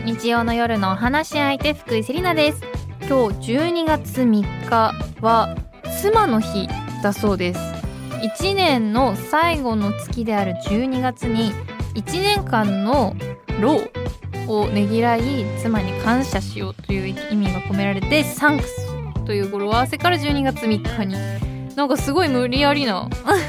日曜の夜のお話し相手、福井セリナです。今日12月3日は妻の日だそうです。1年の最後の月である12月に1年間の労をねぎらい妻に感謝しようという意味が込められて、サンクスという語呂合わせから12月3日に、なんかすごい無理やりな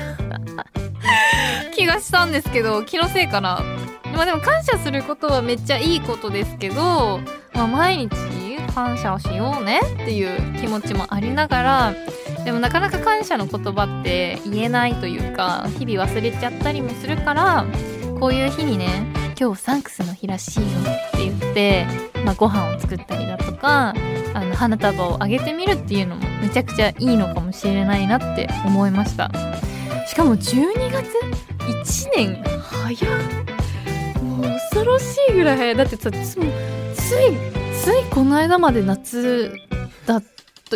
気がしたんですけど、気のせいかな。まあでも感謝することはめっちゃいいことですけど、まあ、毎日感謝をしようねっていう気持ちもありながら、でもなかなか感謝の言葉って言えないというか、日々忘れちゃったりもするから、こういう日にね、今日サンクスの日らしいよって言って、まあ、ご飯を作ったりだとか、花束をあげてみるっていうのもめちゃくちゃいいのかもしれないなって思いました。しかも12月1年早っ、もう恐ろしいぐらい早い。だってさ、ついこの間まで夏だった。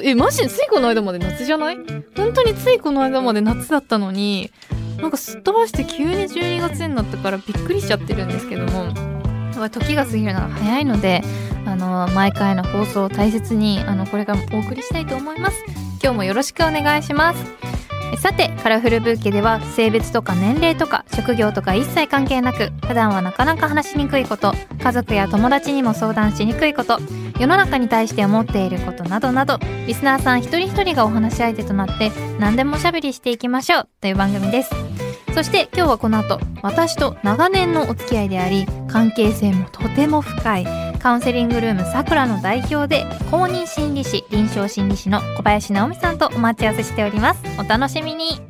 マジでついこの間まで夏じゃない？本当についこの間まで夏だったのに、なんかすっ飛ばして急に12月になったからびっくりしちゃってるんですけども、時が過ぎるのが早いので、毎回の放送を大切にこれからもお送りしたいと思います。今日もよろしくお願いします。さて、カラフルブーケでは性別とか年齢とか職業とか一切関係なく、普段はなかなか話しにくいこと、家族や友達にも相談しにくいこと、世の中に対して思っていることなどなど、リスナーさん一人一人がお話し相手となって何でもおしゃべりしていきましょうという番組です。そして今日はこの後、私と長年のお付き合いであり、関係性もとても深いカウンセリングルームさくらの代表で公認心理師、臨床心理師の小林直美さんとお待ち合わせしております。お楽しみに。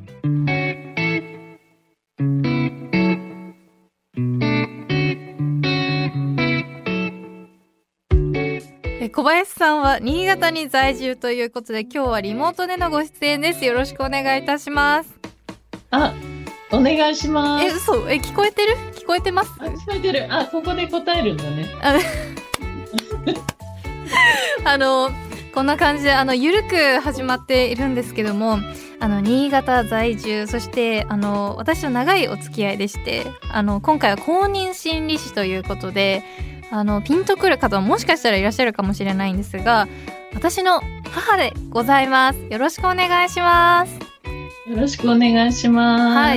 小林さんは新潟に在住ということで、今日はリモートでのご出演です。よろしくお願いいたします。 お願いします。 嘘？聞こえてる？聞こえてます？ 聞こえてる。ここで答えるんだね。 こんな感じでゆるく始まっているんですけども、新潟在住、そして私と長いお付き合いでして、今回は公認心理師ということで、ピンとくる方ももしかしたらいらっしゃるかもしれないんですが、私の母でございます。よろしくお願いします。 よろしくお願いします。 はい。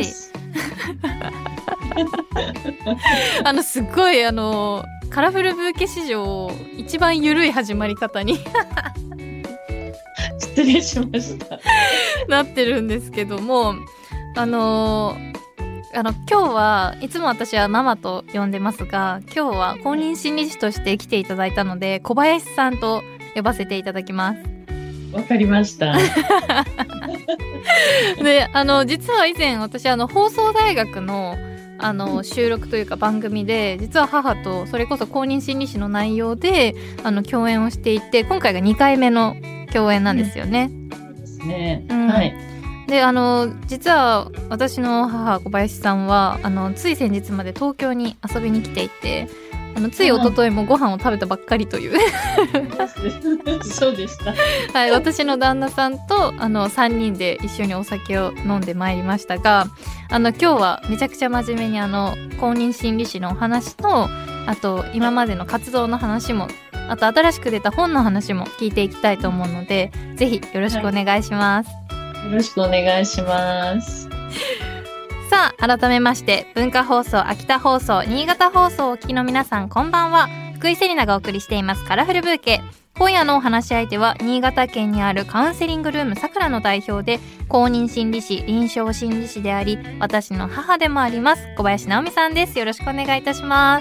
すっごいカラフルブーケ史上一番ゆるい始まり方に失礼しましたなってるんですけども、今日はいつも私はママと呼んでますが、今日は公認心理師として来ていただいたので、小林さんと呼ばせていただきます。 わかりましたで、実は以前私放送大学の収録というか番組で、実は母とそれこそ公認心理師の内容で共演をしていて、今回が2回目の共演なんですよね。 そうですね、 はい。で実は私の母小林さんはつい先日まで東京に遊びに来ていて、つい一昨日もご飯を食べたばっかりというそうでした、 はい、私の旦那さんと3人で一緒にお酒を飲んでまいりましたが、今日はめちゃくちゃ真面目に公認心理師のお話と、あと今までの活動の話も、あと新しく出た本の話も聞いていきたいと思うので、ぜひよろしくお願いします。 よろしくお願いします。 さあ、改めまして文化放送、秋田放送、新潟放送をお聞きの皆さん、こんばんは。福井セリナがお送りしていますカラフルブーケ。今夜のお話し相手は新潟県にあるカウンセリングルームさくらの代表で公認心理師、臨床心理師であり、私の母でもあります小林直美さんです。よろしくお願いいたします。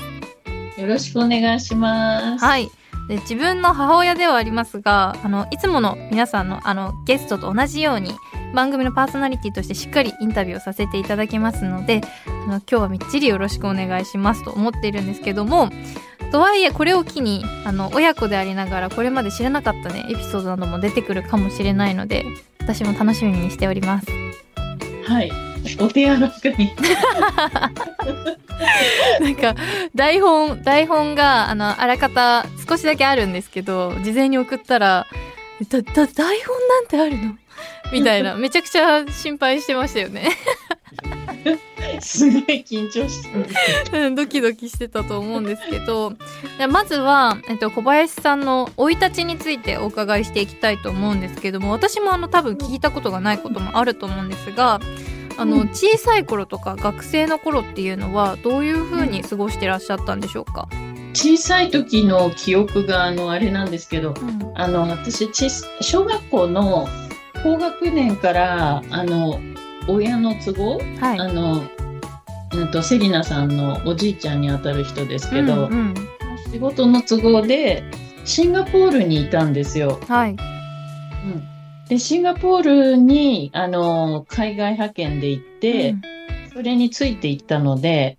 よろしくお願いします。 はい。で、自分の母親ではありますが、いつもの皆さんのゲストと同じように番組のパーソナリティとしてしっかりインタビューをさせていただきますので、今日はみっちりよろしくお願いしますと思っているんですけども、とはいえこれを機に親子でありながらこれまで知らなかったねエピソードなども出てくるかもしれないので、私も楽しみにしております。 はい、お手柔らかになんか台本があらかた少しだけあるんですけど、事前に送ったら台本なんてあるのみたいなめちゃくちゃ心配してましたよねすごい緊張してるんですけドキドキしてたと思うんですけど、でまずは、小林さんの生い立ちについてお伺いしていきたいと思うんですけども、私も多分聞いたことがないこともあると思うんですが、小さい頃とか学生の頃っていうのはどういう風に過ごしてらっしゃったんでしょうか？ 小さい時の記憶があれなんですけど、私小学校の高学年から親の都合、セリナさんのおじいちゃんにあたる人ですけど、仕事の都合でシンガポールにいたんですよ。でシンガポールに海外派遣で行って、それについていったので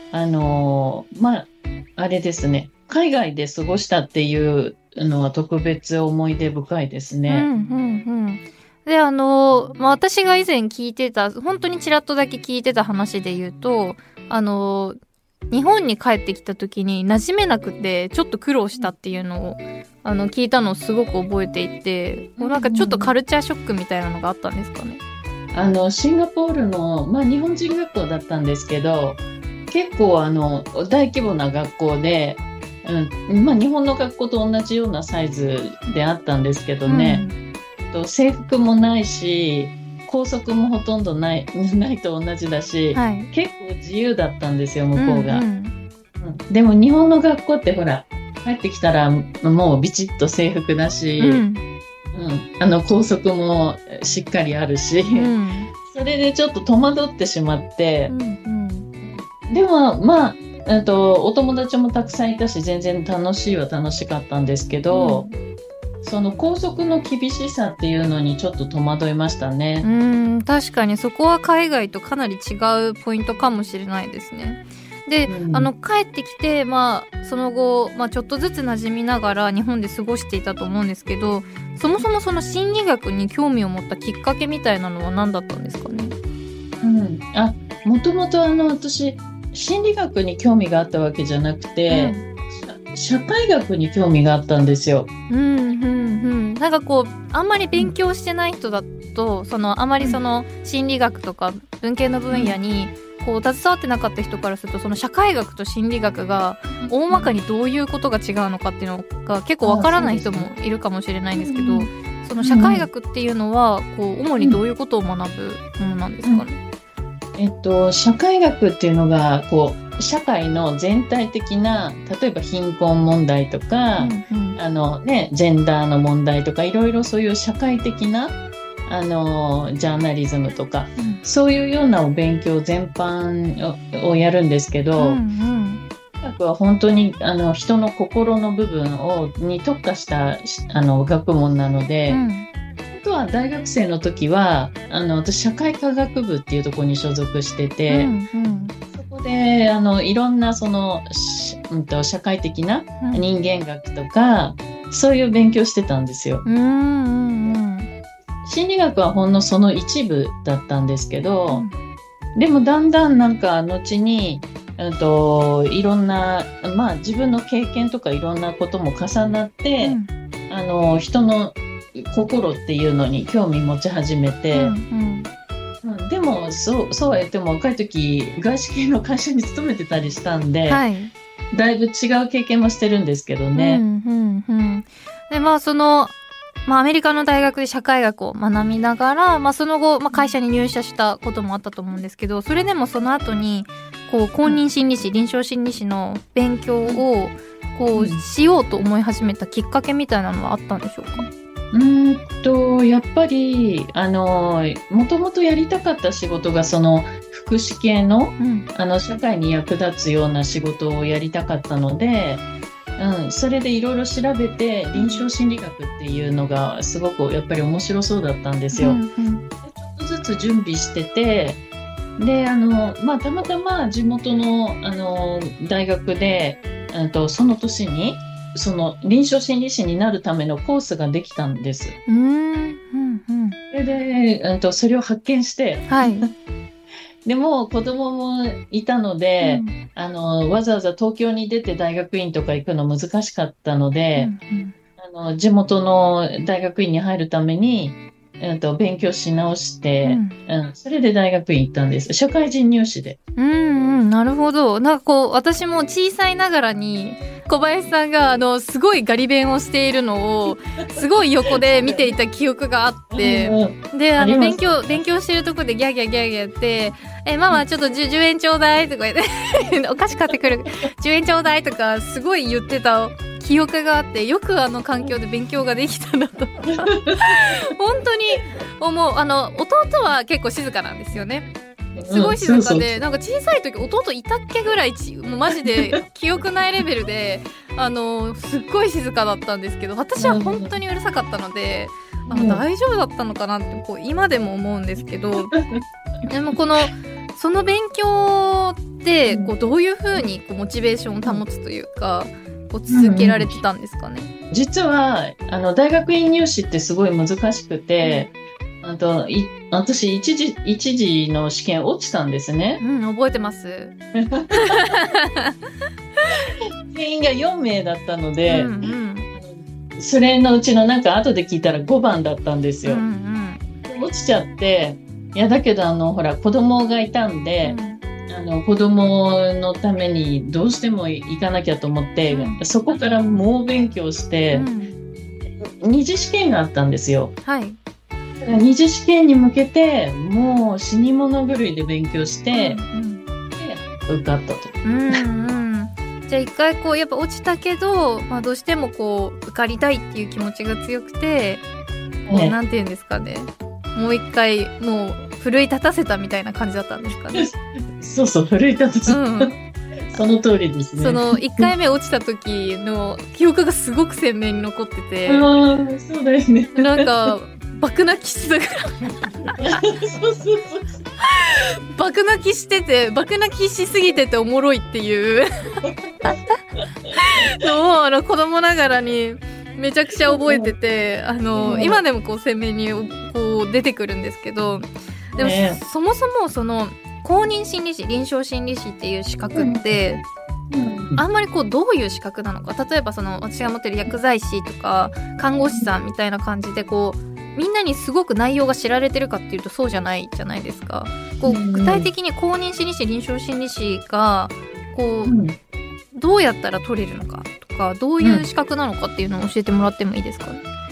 あれですね、海外で過ごしたっていうのは特別思い出深いですね。 で私が以前聞いてた、本当にちらっとだけ聞いてた話で言うと、日本に帰ってきた時に馴染めなくてちょっと苦労したっていうのを聞いたのをすごく覚えていて、なんかちょっとカルチャーショックみたいなのがあったんですかね？ シンガポールの、日本人学校だったんですけど、結構大規模な学校で、日本の学校と同じようなサイズであったんですけどね、制服もないし校則もほとんどないと同じだし、結構自由だったんですよ、向こうが。でも日本の学校ってほら帰ってきたらもうビチッと制服だし、校則もしっかりあるし、それでちょっと戸惑ってしまって、でもお友達もたくさんいたし全然楽しかったんですけど、その校則の厳しさっていうのにちょっと戸惑いましたね。 確かにそこは海外とかなり違うポイントかもしれないですね。で、帰ってきて、その後、ちょっとずつ馴染みながら日本で過ごしていたと思うんですけど、そもそもその心理学に興味を持ったきっかけみたいなのは何だったんですかね？ もともと私心理学に興味があったわけじゃなくて、社会学に興味があったんですよ。 なんかこうあんまり勉強してない人だと、あまり心理学とか文系の分野にこう携わってなかった人からすると、その社会学と心理学が大まかにどういうことが違うのかっていうのが結構わからない人もいるかもしれないんですけど、その社会学っていうのはこう主にどういうことを学ぶものなんですかね？ 社会学っていうのがこう社会の全体的な、例えば貧困問題とか、ジェンダーの問題とか、いろいろそういう社会的なジャーナリズムとか、そういうようなお勉強全般をやるんですけど、社会学は本当に人の心の部分に特化した学問なので、本当は大学生の時は私社会科学部っていうところに所属してて、そこでいろんな社会的な人間学とか、そういう勉強してたんですよ。心理学はほんのその一部だったんですけど、でもだんだんなんか後にいろんな、自分の経験とかいろんなことも重なって、人の心っていうのに興味持ち始めて、でもそうは言っても若い時外資系の会社に勤めてたりしたんで、だいぶ違う経験もしてるんですけどね。 でアメリカの大学で社会学を学びながら、その後、会社に入社したこともあったと思うんですけど、それでもその後にこう公認心理師、臨床心理師の勉強をこうしようと思い始めたきっかけみたいなのはあったんでしょうか？ やっぱりもともとやりたかった仕事がその福祉系の、社会に役立つような仕事をやりたかったので、それでいろいろ調べて臨床心理学っていうのがすごくやっぱり面白そうだったんですよ。でちょっとずつ準備してて、でたまたま地元の大学でその年にその臨床心理士になるためのコースができたんです。でそれを発見して、でも子供もいたので、わざわざ東京に出て大学院とか行くの難しかったので、地元の大学院に入るために、 勉強し直して、それで大学院行ったんです。社会人入試で。 なるほど。なんかこう、私も小さいながらに、小林さんが、すごいガリ勉をしているのを、すごい横で見ていた記憶があって、で、勉強してるとこでギャーギャーギャーギャーやって、ママちょっと10円ちょうだいとか言って、お菓子買ってくる。10円ちょうだいとか、すごい言ってた記憶があって、よく環境で勉強ができたなと。本当に思う。弟は結構静かなんですよね。すごい静かで、なんか小さい時弟いたっけぐらいもうマジで記憶ないレベルで、すっごい静かだったんですけど、私は本当にうるさかったので、大丈夫だったのかなってこう今でも思うんですけど、でもその勉強ってこうどういう風にこうモチベーションを保つというか、こう続けられてたんですかね。 実は大学院入試ってすごい難しくて、私一時の試験落ちたんですね。 覚えてます。 定員が4名だったので、それのうちのなんか後で聞いたら5番だったんですよ。落ちちゃって、いやだけどほら子供がいたんで、子供のためにどうしても行かなきゃと思って、そこから猛勉強して、二次試験があったんですよ。 はい。 二次試験に向けてもう死に物狂いで勉強して、で受かったと。 じゃあ一回こうやっぱ落ちたけど、どうしてもこう受かりたいっていう気持ちが強くて、なんていうんですかね、もう一回もう奮い立たせたみたいな感じだったんですかね。 そう奮い立たせた、その通りですね。 その1回目落ちた時の記憶がすごく鮮明に残ってて、 そうだよね。 なんか爆泣きしてたから爆泣きしてて、爆泣きしすぎてておもろいっていうのを子供ながらにめちゃくちゃ覚えてて、今でもこう鮮明にこう出てくるんですけど、でも、そもそもその公認心理師、臨床心理師っていう資格って、あんまりこうどういう資格なのか、例えば私が持ってる薬剤師とか看護師さんみたいな感じでこうみんなにすごく内容が知られてるかっていうとそうじゃないじゃないですか。こう具体的に公認心理師、臨床心理師がこう、どうやったら取れるのかとか、どういう資格なのかっていうのを教えてもらってもいいですか？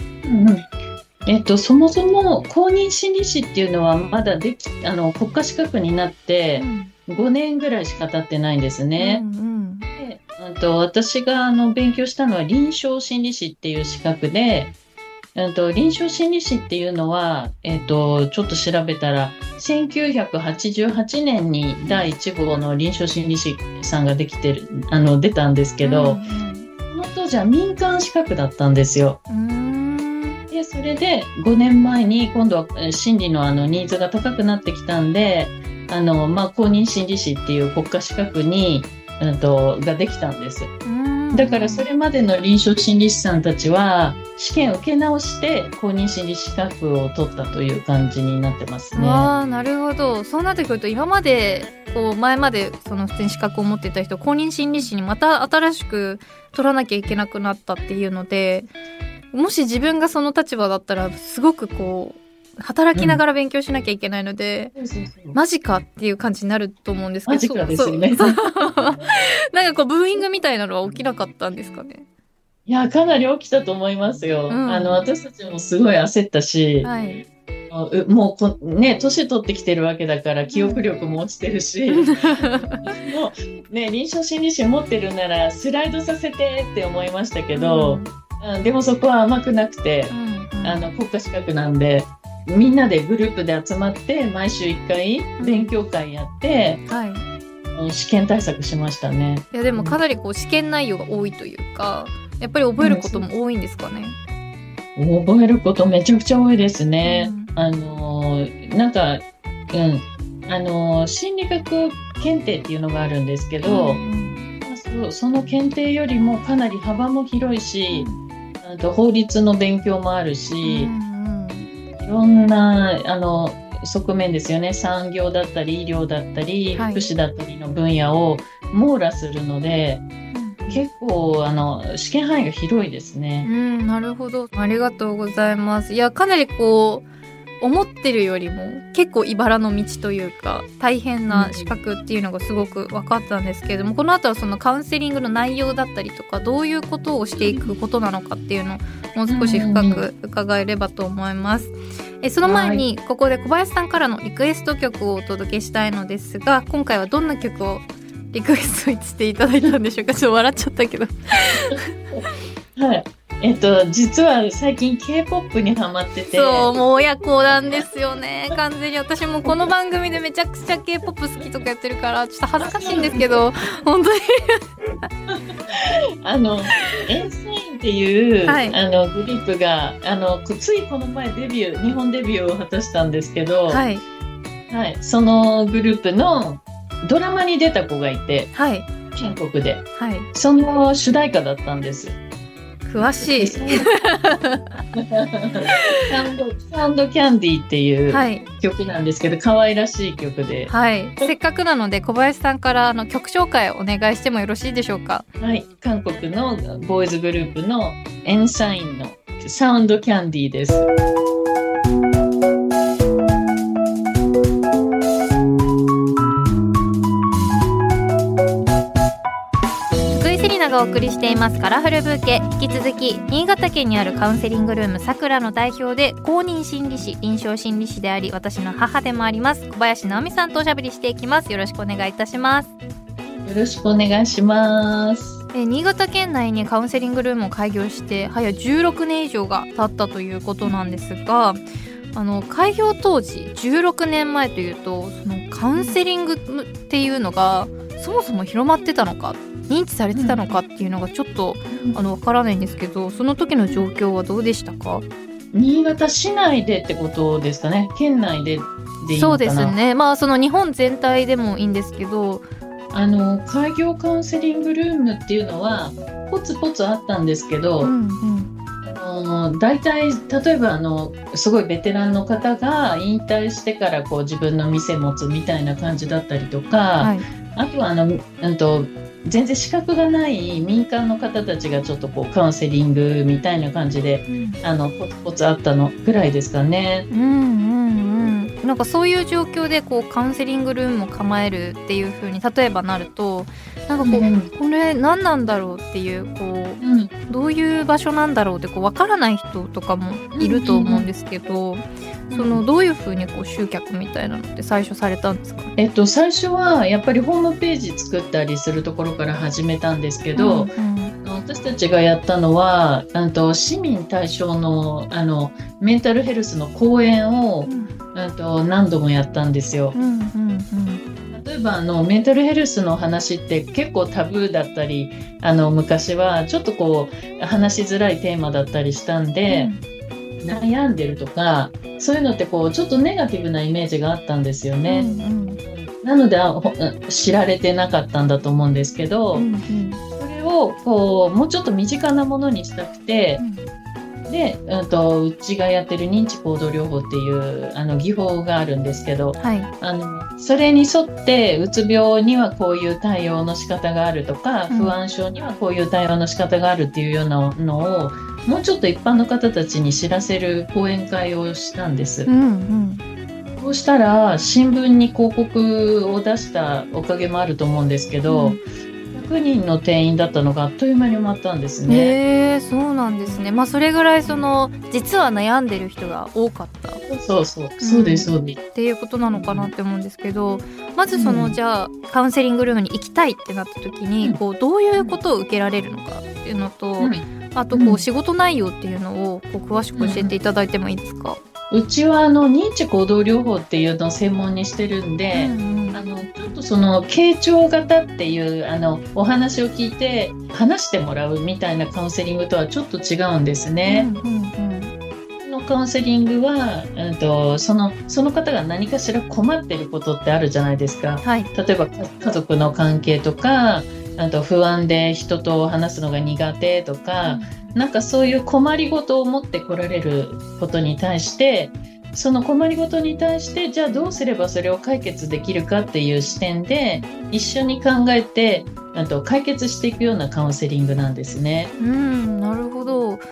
そもそも公認心理師っていうのはまだ国家資格になって5年ぐらいしか経ってないんですね。で私が勉強したのは臨床心理師っていう資格で、臨床心理士っていうのは、ちょっと調べたら、1988年に第1号の臨床心理士さんが出たんですけど、その当時は民間資格だったんですよ。で、それで5年前に今度は心理のニーズが高くなってきたんで、公認心理士っていう国家資格に、ができたんです。だからそれまでの臨床心理士さんたちは試験を受け直して公認心理資格を取ったという感じになってますね。 なるほど。そうなってくると今まで前まで普通に資格を持っていた人、公認心理士にまた新しく取らなきゃいけなくなったっていうので、もし自分がその立場だったらすごく働きながら勉強しなきゃいけないので、マジかっていう感じになると思うんですけど、 マジかですよね。 なんかブーイングみたいなのは起きなかったんですかね？ いや、かなり起きたと思いますよ。私たちもすごい焦ったし、もう年取ってきてるわけだから記憶力も落ちてるし、もう臨床心理士持ってるならスライドさせてって思いましたけど、でもそこは甘くなくて、国家資格なんで、みんなでグループで集まって毎週1回勉強会やって、試験対策しましたね。 いやでもかなり試験内容が多いというか、やっぱり覚えることも多いんですかね？ 覚えることめちゃくちゃ多いですね。心理学検定っていうのがあるんですけど、その検定よりもかなり幅も広いし、法律の勉強もあるし、いろんな側面ですよね。産業だったり医療だったり、福祉だったりの分野を網羅するので、結構試験範囲が広いですね。 なるほど、ありがとうございます。いやかなり思ってるよりも結構茨の道というか大変な資格っていうのがすごく分かったんですけれども、この後はそのカウンセリングの内容だったりとかどういうことをしていくことなのかっていうのをもう少し深く伺えればと思います。その前にここで小林さんからのリクエスト曲をお届けしたいのですが、今回はどんな曲をリクエストしていただいたんでしょうか。ちょっと笑っちゃったけどはい、実は最近 K-POP にハマってて、 そうもう親子なんですよね完全に。私もこの番組でめちゃくちゃ K-POP 好きとかやってるからちょっと恥ずかしいんですけど本当にエンサインっていう、はい、グループがついこの前日本デビューを果たしたんですけど、はいはい、そのグループのドラマに出た子がいて、はい、韓国で、はい、その主題歌だったんです。 詳しいサウンドキャンディーっていう曲なんですけど、可愛らしい曲で、 はい、せっかくなので小林さんから曲紹介をお願いしてもよろしいでしょうか。 はい、韓国のボーイズグループのエンサインのサウンドキャンディーです。 がお送りしていますカラフルブーケ。引き続き新潟県にあるカウンセリングルームさくらの代表で公認心理師臨床心理師であり私の母でもあります小林直美さんとおしゃべりしていきます。よろしくお願いいたします。よろしくお願いします。 新潟県内にカウンセリングルームを開業して早16年以上が経ったということなんですが、開業当時16年前というとそのカウンセリングっていうのがそもそも広まってたのか認知されてたのかっていうのがちょっとわからないんですけど、その時の状況はどうでしたか？ 新潟市内でってことですかね。県内でいいのかな。 そうですね。まあその日本全体でもいいんですけど、 開業カウンセリングルームっていうのはポツポツあったんですけど、大体例えばすごいベテランの方が引退してからこう自分の店持つみたいな感じだったりとか、はい、あとは全然資格がない民間の方たちがちょっとこうカウンセリングみたいな感じで、ポツポツあったのぐらいですかね。 なんかそういう状況でこうカウンセリングルームを構えるっていう風に例えばなるとなんかこう、これ何なんだろうっていうどういう場所なんだろうって分からない人とかもいると思うんですけど、どういう風に集客みたいなのって最初されたんですか？ 最初はやっぱりホームページ作ったりするところから始めたんですけど、私たちがやったのは市民対象のメンタルヘルスの講演を、何度もやったんですよ。例えばメンタルヘルスの話って結構タブーだったり昔はちょっとこう話しづらいテーマだったりしたんで、悩んでるとかそういうのってこうちょっとネガティブなイメージがあったんですよね。なので知られてなかったんだと思うんですけど、それをこうもうちょっと身近なものにしたくて、でうちがやってる認知行動療法っていう技法があるんですけど、それに沿ってうつ病にはこういう対応の仕方があるとか、不安症にはこういう対応の仕方があるっていうようなのをもうちょっと一般の方たちに知らせる講演会をしたんです。そうしたら新聞に広告を出したおかげもあると思うんですけど、100人の定員だったのがあっという間に埋まったんですね。 そうなんですね。それぐらい実は悩んでる人が多かった。 そうですっていうことなのかなって思うんですけど、まずじゃあカウンセリングルームに行きたいってなった時にどういうことを受けられるのかっていうのと、あと仕事内容っていうのを詳しく教えていただいてもいいですか？ うちは認知行動療法っていうのを専門にしてるんで、ちょっと傾聴型っていうお話を聞いて話してもらうみたいなカウンセリングとはちょっと違うんですね。のカウンセリングは、その方が何かしら困ってることってあるじゃないですか。例えば家族の関係とか不安で人と話すのが苦手とか、なんかそういう困りごとを持ってこられることに対してその困りごとに対してじゃあどうすればそれを解決できるかっていう視点で一緒に考えて解決していくようなカウンセリングなんですね。 なるほど。実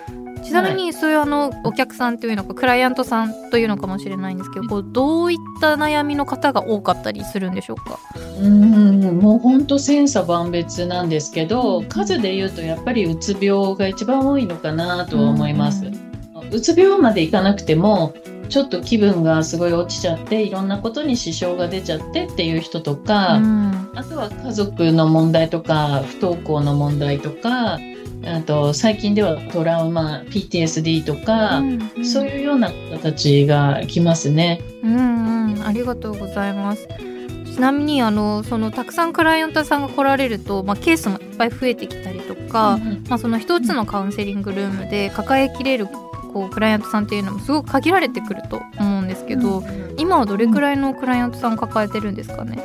ちなみにそういうお客さんというのかクライアントさんというのかもしれないんですけど、こうどういった悩みの方が多かったりするんでしょうか？ もう本当千差万別なんですけど、数で言うとやっぱりうつ病が一番多いのかなとは思います。うつ病までいかなくてもちょっと気分がすごい落ちちゃっていろんなことに支障が出ちゃってっていう人とか、あとは家族の問題とか不登校の問題とか、あと最近ではトラウマ PTSD とか、そういうような方たちが来ますね。 ありがとうございます。ちなみにそのたくさんクライアントさんが来られると、ケースもいっぱい増えてきたりとか、その一つのカウンセリングルームで抱えきれるクライアントさんっていうのもすごく限られてくると思うんですけど、今はどれくらいのクライアントさんを抱えてるんですかね？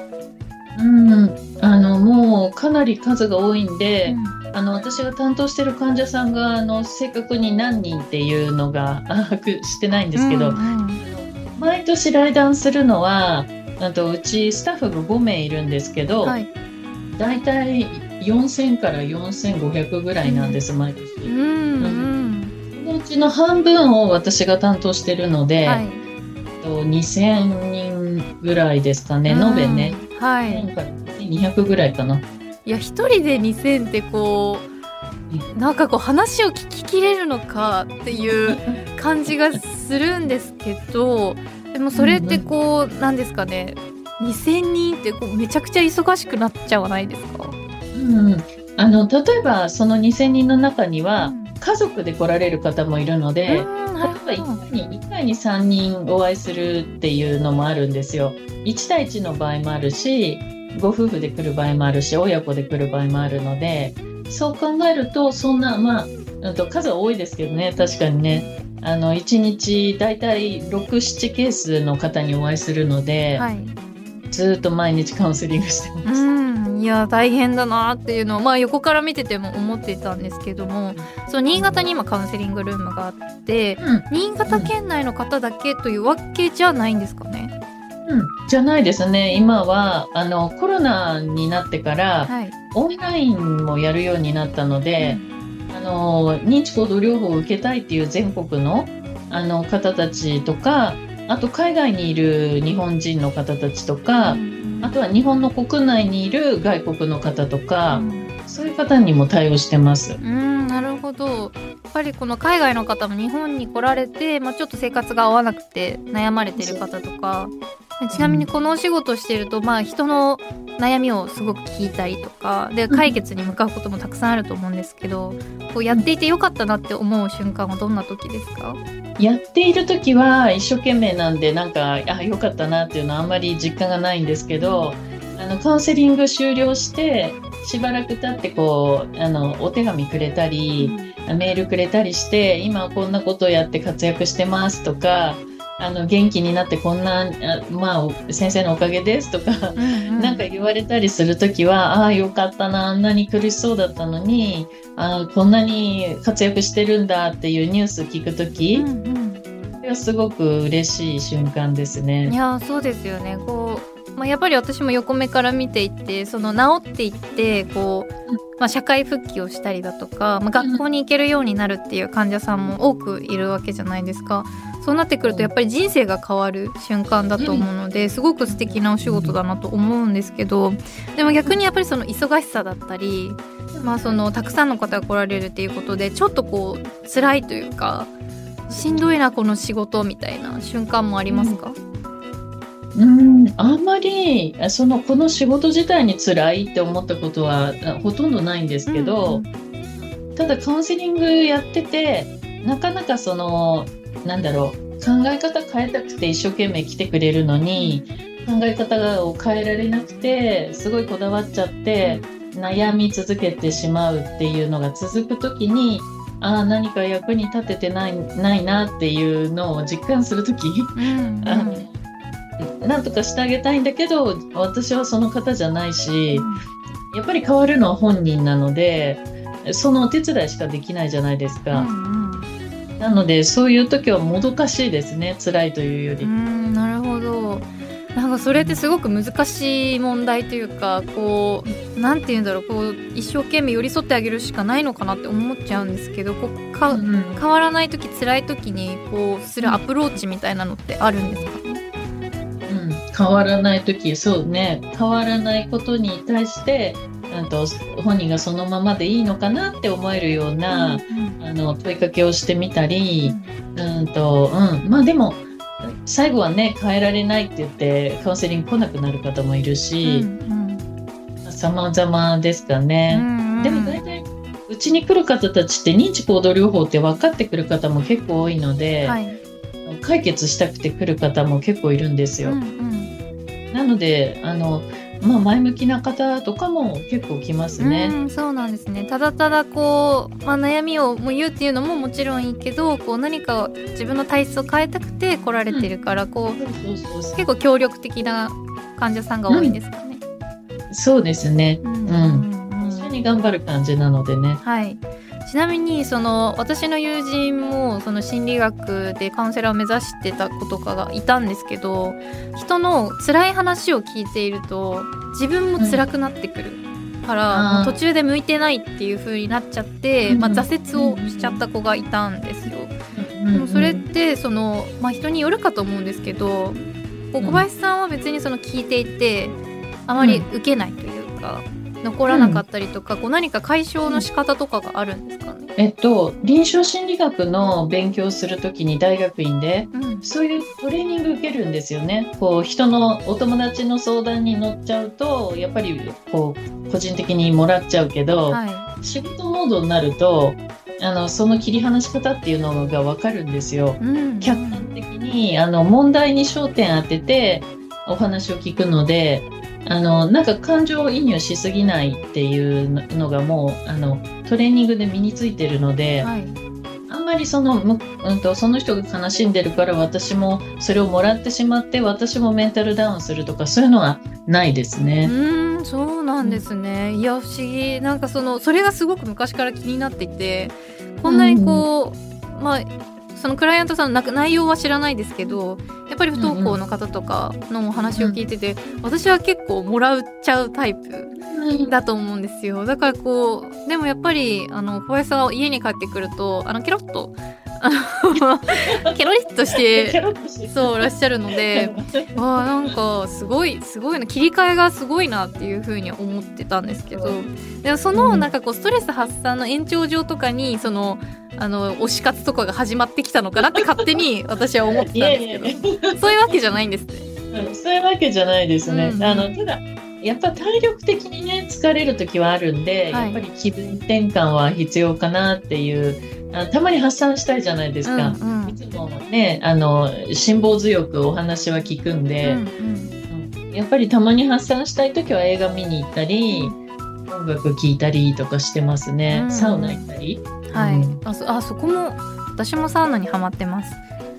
もうかなり数が多いんで、私が担当してる患者さんが正確に何人っていうのが把握してないんですけど、毎年来談するのはうちスタッフが5名いるんですけど、だいたい4000から4500ぐらいなんです、毎年。そのうちの半分を私が担当してるので、2000人ぐらいですかね、延べね。200ぐらいかな。 いや、一人で2000ってなんか話を聞ききれるのかっていう感じがするんですけど、でもそれってなんですかね、2000人ってめちゃくちゃ忙しくなっちゃわないですか？ 例えばその2000人の中には家族で来られる方もいるので、例えば1回に3人お会いするっていうのもあるんですよ。1対1の場合もあるし、ご夫婦で来る場合もあるし、親子で来る場合もあるので、そう考えるとそんな数は多いですけどね、確かにね、1日だいたい 6,7 ケースの方にお会いするので、ずっと毎日カウンセリングしてます。 いや大変だなっていうのを、横から見てても思っていたんですけども、そう新潟に今カウンセリングルームがあって、新潟県内の方だけというわけじゃないんですかね？ じゃないですね。今はコロナになってから、オンラインもやるようになったので、認知行動療法を受けたいっていう全国の方たちとか、あと海外にいる日本人の方たちとか、あとは日本の国内にいる外国の方とか、そういう方にも対応してます。 なるほど。やっぱりこの海外の方も日本に来られて、ちょっと生活が合わなくて悩まれてる方とか、ちなみにこのお仕事をしていると、人の悩みをすごく聞いたりとかで解決に向かうこともたくさんあると思うんですけど、やっていてよかったなって思う瞬間はどんな時ですか？ やっている時は一生懸命なんで、なんかよかったなっていうのはあんまり実感がないんですけど、カウンセリング終了してしばらく経ってお手紙くれたり、メールくれたりして、今こんなことをやって活躍してますとか、元気になってこんな、先生のおかげですとか、なんか言われたりするときは、よかったな、あんなに苦しそうだったのに、こんなに活躍してるんだっていうニュース聞くとき、それはすごく嬉しい瞬間ですね。 いや、そうですよね。やっぱり私も横目から見ていて、治っていって社会復帰をしたりだとか、学校に行けるようになるっていう患者さんも多くいるわけじゃないですか。そうなってくるとやっぱり人生が変わる瞬間だと思うので、すごく素敵なお仕事だなと思うんですけど、でも逆にやっぱりその忙しさだったり、たくさんの方が来られるっていうことでちょっと辛いというか、しんどいなこの仕事みたいな瞬間もありますか？ あんまりこの仕事自体に辛いって思ったことはほとんどないんですけど、ただカウンセリングやっててなかなかなんだろう、考え方変えたくて一生懸命来てくれるのに、考え方を変えられなくてすごいこだわっちゃって悩み続けてしまうっていうのが続くときに、何か役に立ててないなっていうのを実感するとき、なんとかしてあげたいんだけど、私はその方じゃないし、やっぱり変わるのは本人なので、そのお手伝いしかできないじゃないですか。なのでそういう時はもどかしいですね、辛いというより。 なるほど。 なんかそれってすごく難しい問題というか、こうなんて言うんだろう、こう一生懸命寄り添ってあげるしかないのかなって思っちゃうんですけど、こう変わらない時、辛い時にこうするアプローチみたいなのってあるんですか？ 変わらない時、そうね、変わらないことに対して本人がそのままでいいのかなって思えるような、問いかけをしてみたり、まあでも最後はね、変えられないって言ってカウンセリング来なくなる方もいるし、様々ですかね。でも大体うちに来る方たちって認知行動療法って分かってくる方も結構多いので、解決したくて来る方も結構いるんですよ。なので前向きな方とかも結構来ますね。 そうなんですね。ただただこう、悩みをもう言うっていうのももちろんいいけど、こう何か自分の体質を変えたくて来られてるから、こう結構協力的な患者さんが多いんですかね。 そうですね。一緒に頑張る感じなのでね。 はい。ちなみに私の友人も心理学でカウンセラーを目指してた子とかがいたんですけど、人の辛い話を聞いていると自分も辛くなってくるから、もう途中で向いてないっていう風になっちゃって、挫折をしちゃった子がいたんですよ。でもそれって人によるかと思うんですけど、小林さんは別に聞いていてあまり受けないというか、残らなかったりとか、こう何か解消の仕方とかがあるんですかね？ 臨床心理学の勉強するときに大学院で、そういうトレーニング受けるんですよね。こう人のお友達の相談に乗っちゃうとやっぱりこう個人的にもらっちゃうけど、仕事モードになるとその切り離し方っていうのが分かるんですよ。客観的に問題に焦点当ててお話を聞くので、なんか感情移入しすぎないっていうのがもうトレーニングで身についてるので、あんまりその人が悲しんでるから私もそれをもらってしまって私もメンタルダウンするとか、そういうのはないですね。 そうなんですね。いや不思議。なんかそれがすごく昔から気になっていて、こんなにこう、そのクライアントさんの内容は知らないですけど、やっぱり不登校の方とかのお話を聞いてて、私は結構もらっちゃうタイプだと思うんですよ。だからこうでもやっぱり小林さんは家に帰ってくるとケロッとケロリッとしてそうらっしゃるので、なんかすごいな、切り替えがすごいなっていう風に思ってたんですけど、でもなんかこうストレス発散の延長上とかに推し活とかが始まってきたのかなって勝手に私は思ってたんですけどそういうわけじゃないんですね。 そういうわけじゃないですね。ただやっぱ体力的にね疲れる時はあるんで、やっぱり気分転換は必要かなっていう、たまに発散したいじゃないですか。いつもね辛抱強くお話は聞くんで、やっぱりたまに発散したい時は映画見に行ったり、音楽聴いたりとかしてますね。サウナ行ったり。 そこも私もサウナにハマってます。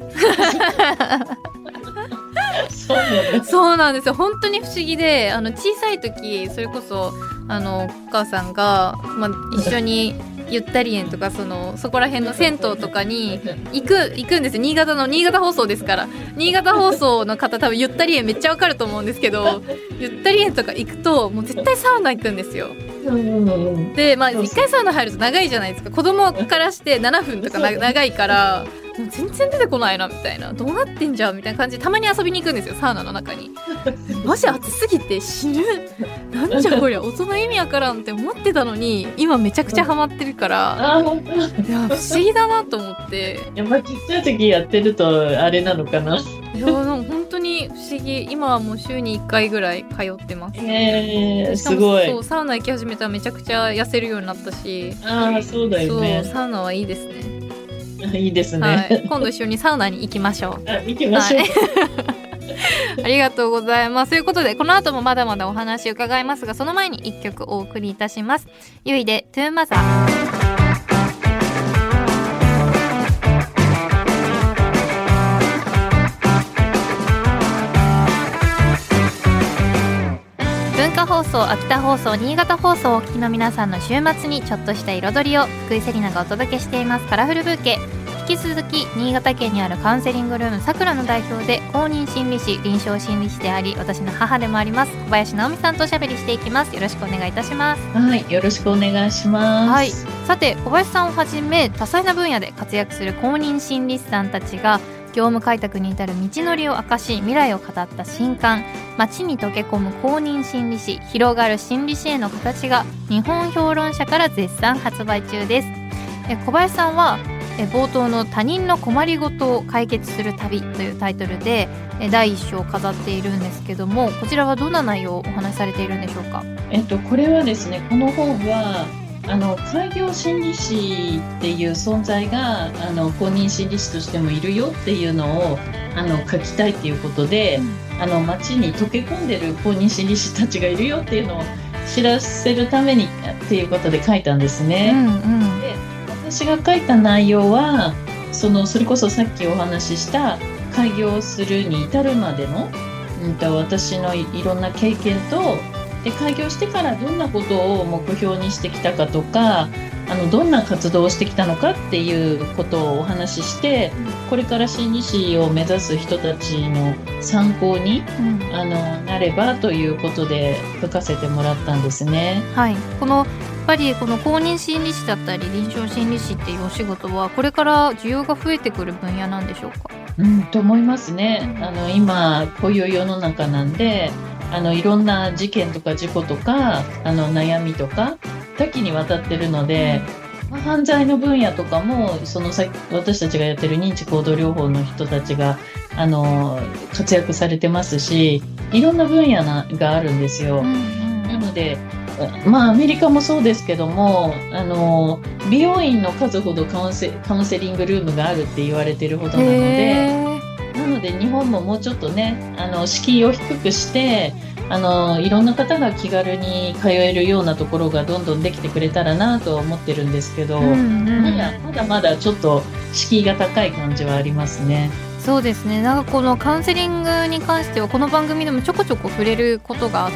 そうなんですよ。本当に不思議で、小さい時それこそお母さんが、一緒にゆったり園とかそこら辺の銭湯とかに行くんですよ。新潟放送ですから、新潟放送の方多分ゆったり園めっちゃわかると思うんですけど、ゆったり園とか行くともう絶対サウナ行くんですよ。で一回サウナ入ると長いじゃないですか。子供からして7分とか長いからもう全然出てこないなみたいな、どうなってんじゃんみたいな感じでたまに遊びに行くんですよ、サウナの中に。マジ暑すぎて死ぬ、なんじゃこりゃ、大人意味わからんって思ってたのに今めちゃくちゃハマってるから、いや不思議だなと思って。 ちっちゃい時やってるとあれなのかな。 いや本当に不思議。今はもう週に1回ぐらい通ってます。 すごい。 そうサウナ行き始めたらめちゃくちゃ痩せるようになったし。 そうだよね。 そうサウナはいいですね。 いいですね、 今度一緒にサウナに行きましょう。 行きましょう、 ありがとうございます。ということでこの後もまだまだお話伺いますが、その前に1曲お送りいたします。ゆいでトゥーマザー。文化放送、秋田放送、新潟放送をお聞きの皆さんの週末にちょっとした彩りを福井セリナがお届けしています。カラフルブーケ。 き続き新潟県にあるカウンセリングルームさくらの代表で公認心理師、臨床心理師であり私の母でもあります小林直美さんとおしゃべりしていきます。よろしくお願いいたします。 はい、よろしくお願いします。 はい、さて小林さんをはじめ多彩な分野で活躍する公認心理師さんたちが業務開拓に至る道のりを明かし未来を語った新刊街に溶け込む公認心理師広がる心理師への形が日本評論社から絶賛発売中です。小林さんは冒頭の他人の困りごとを解決する旅というタイトルで第一章を飾っているんですけども、こちらはどんな内容をお話しされているんでしょうか？ これはですね、この本は開業心理師っていう存在が公認心理師としてもいるよっていうのを書きたいっていうことで、街に溶け込んでる公認心理師たちがいるよっていうのを知らせるためにっていうことで書いたんですね。で、私が書いた内容はそれこそさっきお話しした開業するに至るまでの、私のいろんな経験とで開業してからどんなことを目標にしてきたかとかどんな活動をしてきたのかっていうことをお話ししてこれから心理師を目指す人たちの参考に、なればということで書かせてもらったんですね。 はい、やっぱりこの公認心理師だったり臨床心理師っていうお仕事はこれから需要が増えてくる分野なんでしょうか？ と思いますね。今こういう世の中なんでいろんな事件とか事故とか悩みとか多岐にわたってるので、犯罪の分野とかも私たちがやってる認知行動療法の人たちが活躍されてますし、いろんな分野があるんですよ。なのでアメリカもそうですけども美容院の数ほどカウンセリングルームがあるって言われてるほどなので日本ももうちょっとね敷居を低くしていろんな方が気軽に通えるようなところがどんどんできてくれたらなとは思ってるんですけど、まだちょっと敷居が高い感じはありますね。 そうですね。なんかこのカウンセリングに関してはこの番組でもちょこちょこ触れることがあって、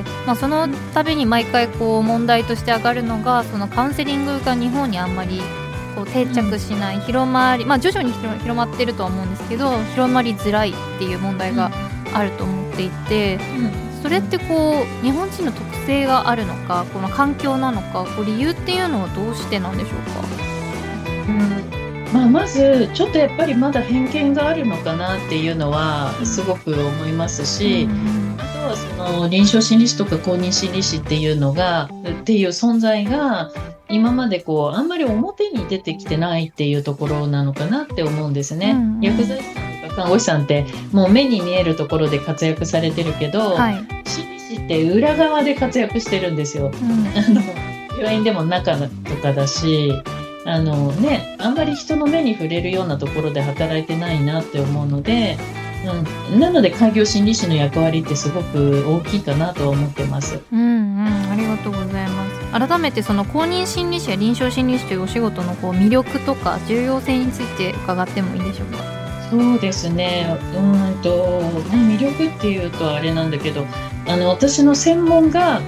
その度に毎回問題として上がるのがそのカウンセリングが日本にあんまり定着しない、広まり、徐々に広まってるとは思うんですけど広まりづらいっていう問題があると思っていて、それって日本人の特性があるのかこの環境なのか理由っていうのはどうしてなんでしょうか？ まずちょっとやっぱりまだ偏見があるのかなっていうのはすごく思いますし、あとは臨床心理師とか公認心理師っていう存在が今まであんまり表に出てきてないっていうところなのかなって思うんですね。薬剤師さんとか看護師さんってもう目に見えるところで活躍されてるけど、心理師って裏側で活躍してるんですよ。病院でも中とかだしあんまり人の目に触れるようなところで働いてないなって思うので、なので開業心理師の役割ってすごく大きいかなと思ってます。 ありがとうございます。改めてその公認心理師や臨床心理師というお仕事の魅力とか重要性について伺ってもいいでしょうか？ そうですね。魅力っていうとあれなんだけど私の専門が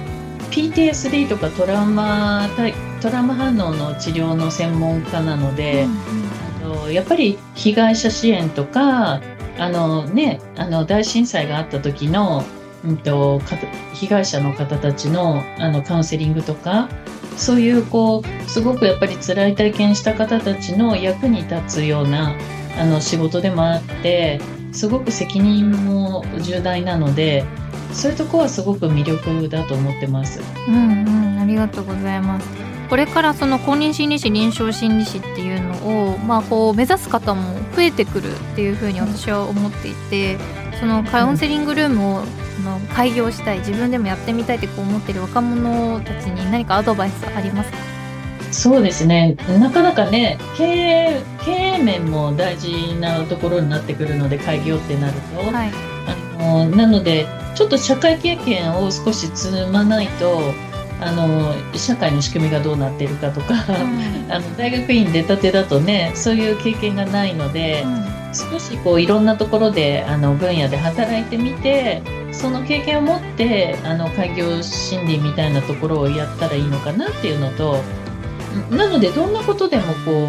PTSD とかトラウマ反応の治療の専門家なので、やっぱり被害者支援とか大震災があった時の、被害者の方たちのカウンセリングとかそういうすごくやっぱり辛い体験した方たちの役に立つような仕事でもあってすごく責任も重大なのでそういうところはすごく魅力だと思ってます。 ありがとうございます。これからその公認心理師臨床心理師っていうのを、目指す方も増えてくるっていうふうに私は思っていて、そのカウンセリングルームを開業したい自分でもやってみたいって思っている若者たちに何かアドバイスありますか？ そうですね。なかなかね経営面も大事なところになってくるので開業ってなると、なのでちょっと社会経験を少し積まないと社会の仕組みがどうなっているかとか、大学院出たてだとねそういう経験がないので、少しいろんなところで分野で働いてみてその経験を持って開業心理みたいなところをやったらいいのかなっていうのと、なのでどんなことでも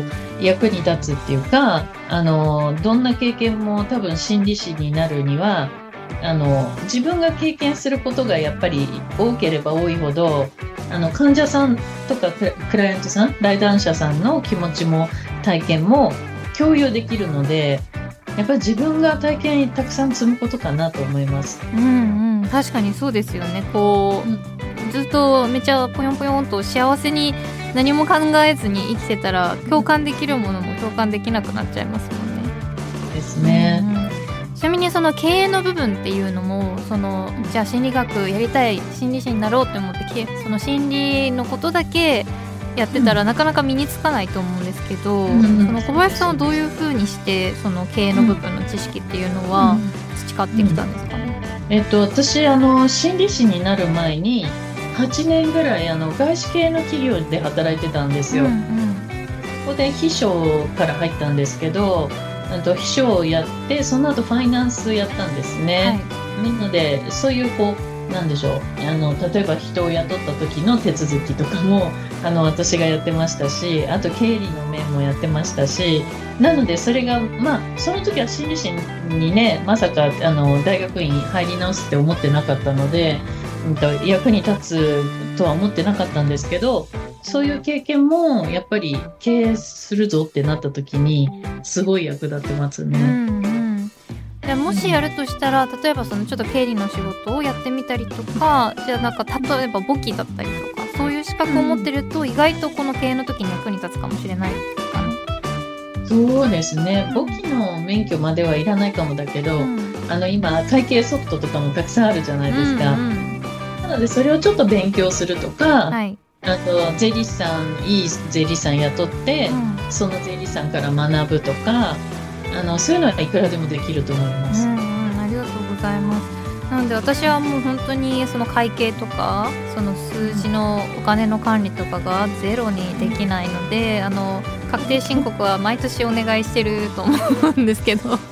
役に立つっていうか、どんな経験も多分心理師になるには、自分が経験することがやっぱり多ければ多いほど、患者さんとかクライアントさん、来談者さんの気持ちも体験も共有できるので、やっぱり自分が体験たくさん積むことかなと思います。 うんうん、確かにそうですよね。こう、ずっとめちゃぽよんぽよんと幸せに何も考えずに生きてたら、共感できるものも共感できなくなっちゃいますもんね。 ですね。 ちなみにその経営の部分っていうのも、じゃあ心理学やりたい、心理師になろうって思ってその心理のことだけやってたらなかなか身につかないと思うんですけど、その小林さんはどういう風にしてその経営の部分の知識っていうのは培ってきたんですかね。 私心理師になる前に8年ぐらい外資系の企業で働いてたんですよ。ここで秘書から入ったんですけど、秘書をやってその後ファイナンスやったんですね。なのでそういうなんでしょう、例えば人を雇った時の手続きとかも私がやってましたし、あと経理の面もやってましたし、なのでそれがその時は心理師にね、まさか大学院入り直すって思ってなかったので、役に立つとは思ってなかったんですけど、そういう経験もやっぱり経営するぞってなった時にすごい役立ってますね。 でもしやるとしたら、例えばちょっと経理の仕事をやってみたりとか、じゃあなんか例えば簿記だったりとか、そういう資格を持ってると意外とこの経営の時に役に立つかもしれないですかね。 そうですね、簿記の免許まではいらないかもだけど、今会計ソフトとかもたくさんあるじゃないですか。なのでそれをちょっと勉強するとか、あと税理士さん、いい税理士さん雇って、その税理士さんから学ぶとか、そういうのはいくらでもできると思います。 ありがとうございます。なので私はもう本当にその会計とかその数字のお金の管理とかがゼロにできないので、確定申告は毎年お願いしてると思うんですけど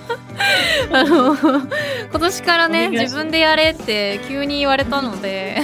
今年からね、自分でやれって急に言われたので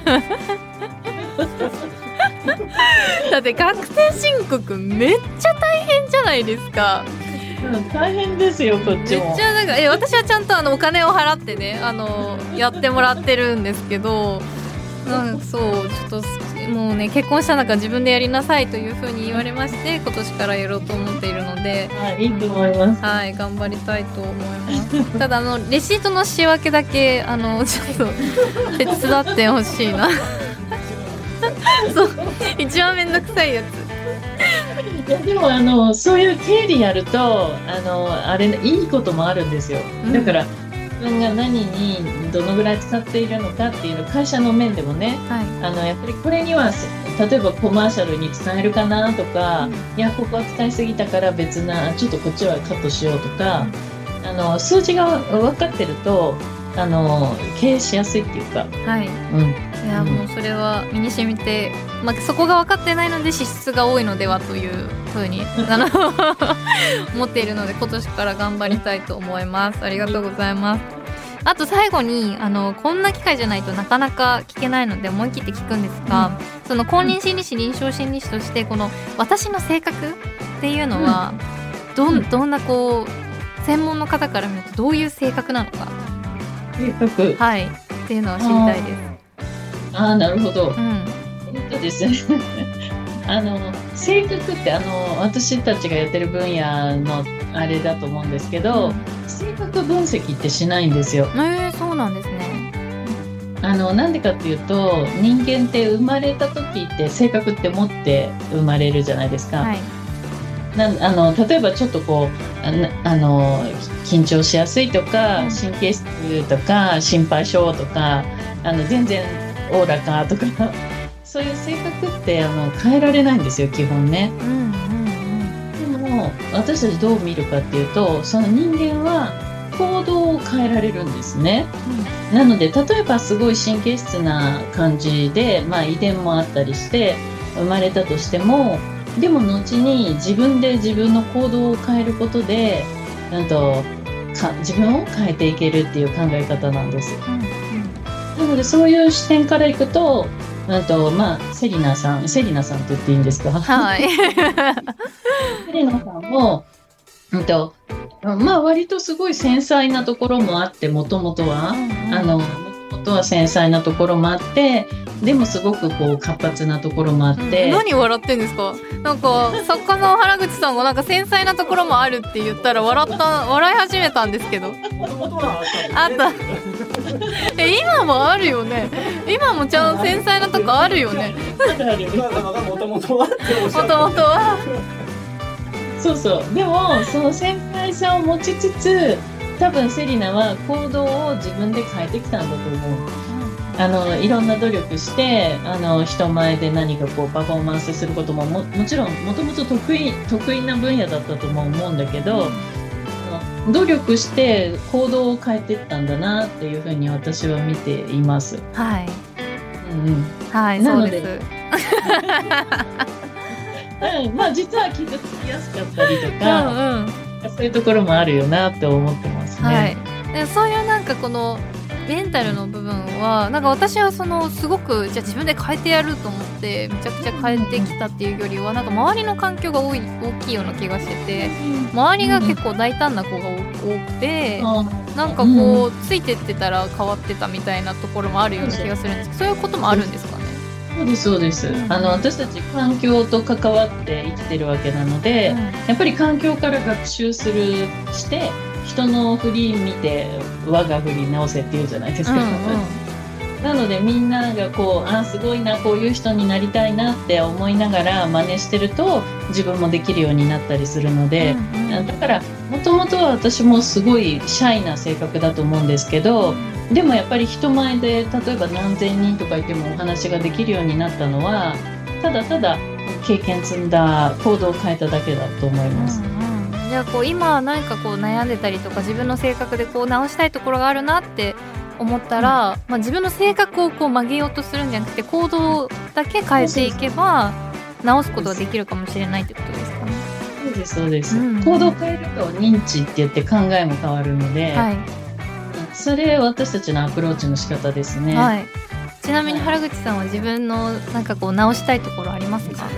だって確定申告めっちゃ大変じゃないですか。 大変ですよ、こっちも。 めっちゃなんか私はちゃんとお金を払ってね、やってもらってるんですけど、そうちょっともうね、結婚した中自分でやりなさいというふうに言われまして、今年からやろうと思っているので、 いいと思います。 はい、頑張りたいと思いますただレシートの仕分けだけちょっと手伝ってほしいなそう一番めんどくさいやつ。 いやでもそういう経理やるとあれいいこともあるんですよ。だから自分が何にどのぐらい使っているのかっていうの、会社の面でもね、やっぱりこれには例えばコマーシャルに使えるかなとか、いやここは使いすぎたから別なちょっとこっちはカットしようとか、数字が分かってると経営しやすいっていうか、 いやもうそれは身に染みて、そこが分かってないので支出が多いのではというふうに思っているので、今年から頑張りたいと思います。ありがとうございます。あと最後にこんな機会じゃないとなかなか聞けないので思い切って聞くんですが、その公認心理師、臨床心理師としてこの私の性格っていうのはどんな専門の方から見るとどういう性格なのか、 性格っていうのを知りたいです。 なるほど。ですね性格って私たちがやってる分野のあれだと思うんですけど、性格分析ってしないんですよ。 そうなんですね。 なんでかっていうと、人間って生まれた時って性格って持って生まれるじゃないですか。例えばちょっと緊張しやすいとか、神経質とか心配性とか全然おおらかとかそういう性格って変えられないんですよ、基本ね。でも私たちどう見るかっていうと、その人間は行動を変えられるんですね。なので例えばすごい神経質な感じで、遺伝もあったりして生まれたとしても、でも後に自分で自分の行動を変えることで自分を変えていけるっていう考え方なんです。なのでそういう視点からいくと、 セリナさんと言っていいんですか？ はい。 セリナさんも、割とすごい繊細なところもあって、もともとは繊細なところもあって、でもすごくこう活発なところもあって、 何笑ってんですか？なんか作家の原口さんがなんか繊細なところもあるって言ったら笑い始めたんですけど。あった。今もあるよね。今もちゃんと繊細なとこあるよね。 もともとは。 そうでもその繊細さを持ちつつ、多分セリナは行動を自分で変えてきたんだと思う。いろんな努力して人前で何かこうパフォーマンスすることも もちろんもともと得意な分野だったとも思うんだけど、努力して行動を変えていったんだなっていうふうに私は見ています。 はい、 はい、 そうです。 実は傷つきやすかったりとか、そういうところもあるよなって思ってますね。 はい、でそういうなんかこのメンタルの部分はなんか私はすごくじゃあ自分で変えてやると思ってめちゃくちゃ変えてきたっていうよりはなんか周りの環境が大きいような気がしてて、周りが結構大胆な子が多くて、なんかこうついてってたら変わってたみたいなところもあるような気がするんですけど、そういうこともあるんですかね？ そうです。私たち環境と関わって生きてるわけなので、やっぱり環境から学習して人の振り見て我が振り直せっていうじゃないですか。なのでみんながこうすごいな、こういう人になりたいなって思いながら真似してると自分もできるようになったりするので、だからもともとは私もすごいシャイな性格だと思うんですけど、でもやっぱり人前で例えば何千人とかいてもお話ができるようになったのはただただ経験積んだ行動を変えただけだと思います。 じゃあこう今何かこう悩んでたりとか自分の性格でこう直したいところがあるなって思ったら、自分の性格をこう曲げようとするんじゃなくて行動だけ変えていけば直すことができるかもしれないってことですかね？ そうです、行動を変えると認知って言って考えも変わるので、それ私たちのアプローチの仕方ですね。 ちなみに原口さんは自分のなんかこう直したいところありますか？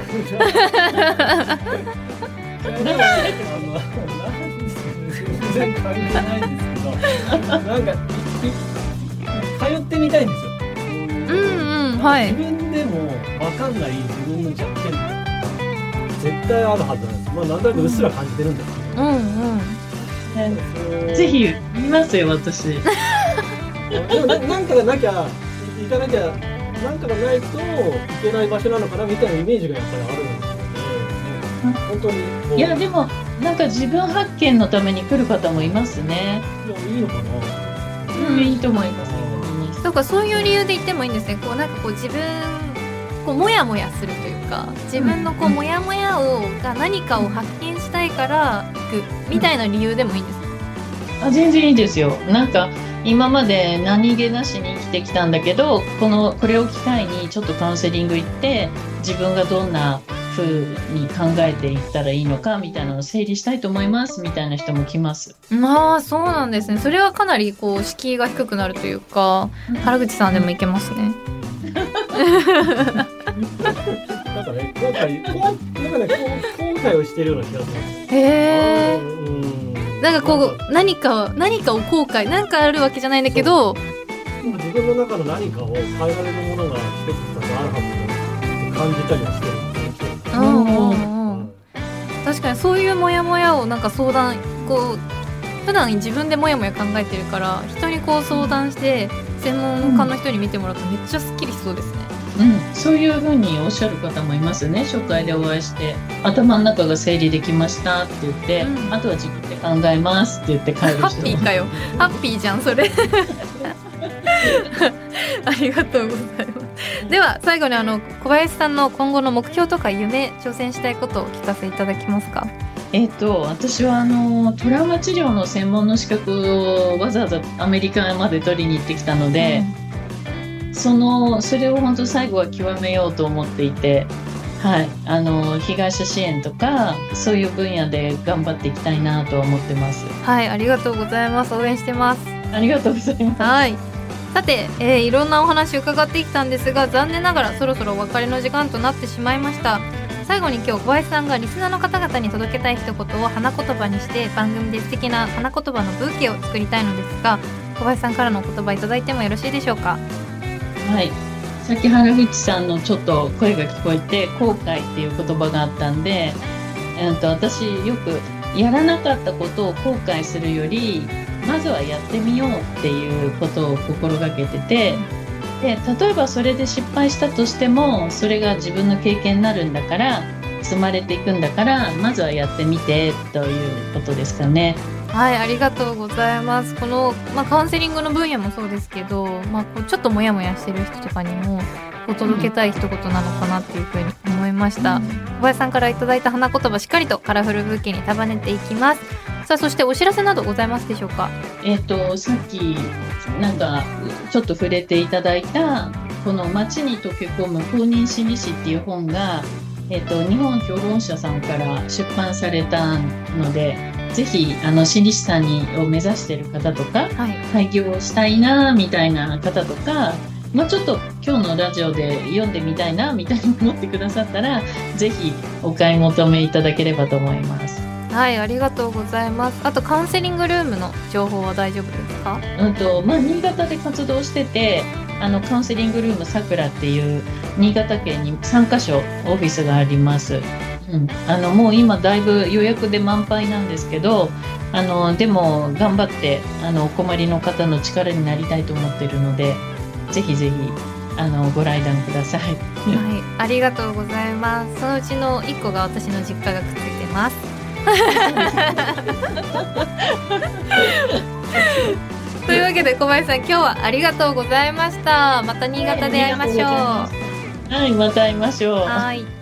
全然関係ないんですけど、なんか通ってみたいんですよ。自分でも分かんない自分の弱点って絶対あるはずなんです。なんとなくうっすら感じてるんですけど、 ぜひ言いますよ私。でもなんかがなきゃ行かなきゃなんかがないといけない場所なのかなみたいなイメージがやっぱりあるんですよね。本当に。 いやでもなんか自分発見のために来る方もいますね。 いいのかな。 いいと思います。 だからそういう理由で言ってもいいんですね。こうなんかこう自分こうモヤモヤするというか、自分のこうモヤモヤが何かを発見したいから行くみたいな理由でもいいんですか？ 全然いいですよ。なんか今まで何気なしに生きてきたんだけど、これを機会にちょっとカウンセリング行って自分がどんな風に考えていったらいいのかみたいなのを整理したいと思いますみたいな人も来ます。 そうなんですね。それはかなりこう敷居が低くなるというか、原口さんでもいけますね。 なんかね、後悔をしてるような気がする。 なんかこう何かを後悔なんかあるわけじゃないんだけど、 自分の中の何かを変えられるものが一つ二つあるはずだと感じたりはしてるんですよ。 確かにそういうモヤモヤをなんか相談こう普段自分でモヤモヤ考えてるから人にこう相談して専門家の人に見てもらうとめっちゃスッキリしそうですね。 そういう風におっしゃる方もいますね。初回でお会いして頭の中が整理できましたって言って、あとは自分で考えますって言って帰る人も。 ハッピーかよ。ハッピーじゃんそれ。ありがとうございます。では最後に小林さんの今後の目標とか夢、挑戦したいことをお聞かせいただけますか？ 私はトラウマ治療の専門の資格をわざわざアメリカまで取りに行ってきたので、それを本当最後は極めようと思っていて、被害者支援とかそういう分野で頑張っていきたいなと思ってます。 ありがとうございます。応援してます。 ありがとうございます。 さて、いろんなお話伺ってきたんですが、残念ながらそろそろお別れの時間となってしまいました。最後に今日小林さんがリスナーの方々に届けたい一言を花言葉にして番組で素敵な花言葉のブーケを作りたいのですが、小林さんからのお言葉いただいてもよろしいでしょうか。 はい、さっき原口さんのちょっと声が聞こえて後悔っていう言葉があったんで、私よくやらなかったことを後悔するよりまずはやってみようっていうことを心がけてて、で例えばそれで失敗したとしてもそれが自分の経験になるんだから積まれていくんだからまずはやってみてということですかね。 はい、ありがとうございます。この、カウンセリングの分野もそうですけど、こうちょっとモヤモヤしてる人とかにもこう届けたい一言なのかなっていうふうに思いました。小林さんからいただいた花言葉しっかりとカラフルブーケに束ねていきます。さあ、そしてお知らせなどございますでしょうか。 さっきなんかちょっと触れていただいたこの街に溶け込む公認心理師っていう本が、日本評論者さんから出版されたので、ぜひ心理師さんを目指している方とか、開業したいなみたいな方とか、ちょっと今日のラジオで読んでみたいなみたいに思ってくださったらぜひお買い求めいただければと思います。 はい、ありがとうございます。あとカウンセリングルームの情報は大丈夫ですか。 新潟で活動してて、カウンセリングルームさくらっていう新潟県に3カ所オフィスがあります。もう今だいぶ予約で満杯なんですけど、でも頑張ってお困りの方の力になりたいと思っているので、ぜひぜひご来壇ください。はい、 ありがとうございます。そのうちの1個が私の実家がくっついてます。というわけで小林さん、今日はありがとうございました。また新潟で会いましょう。 はい、また会いましょう。 はい。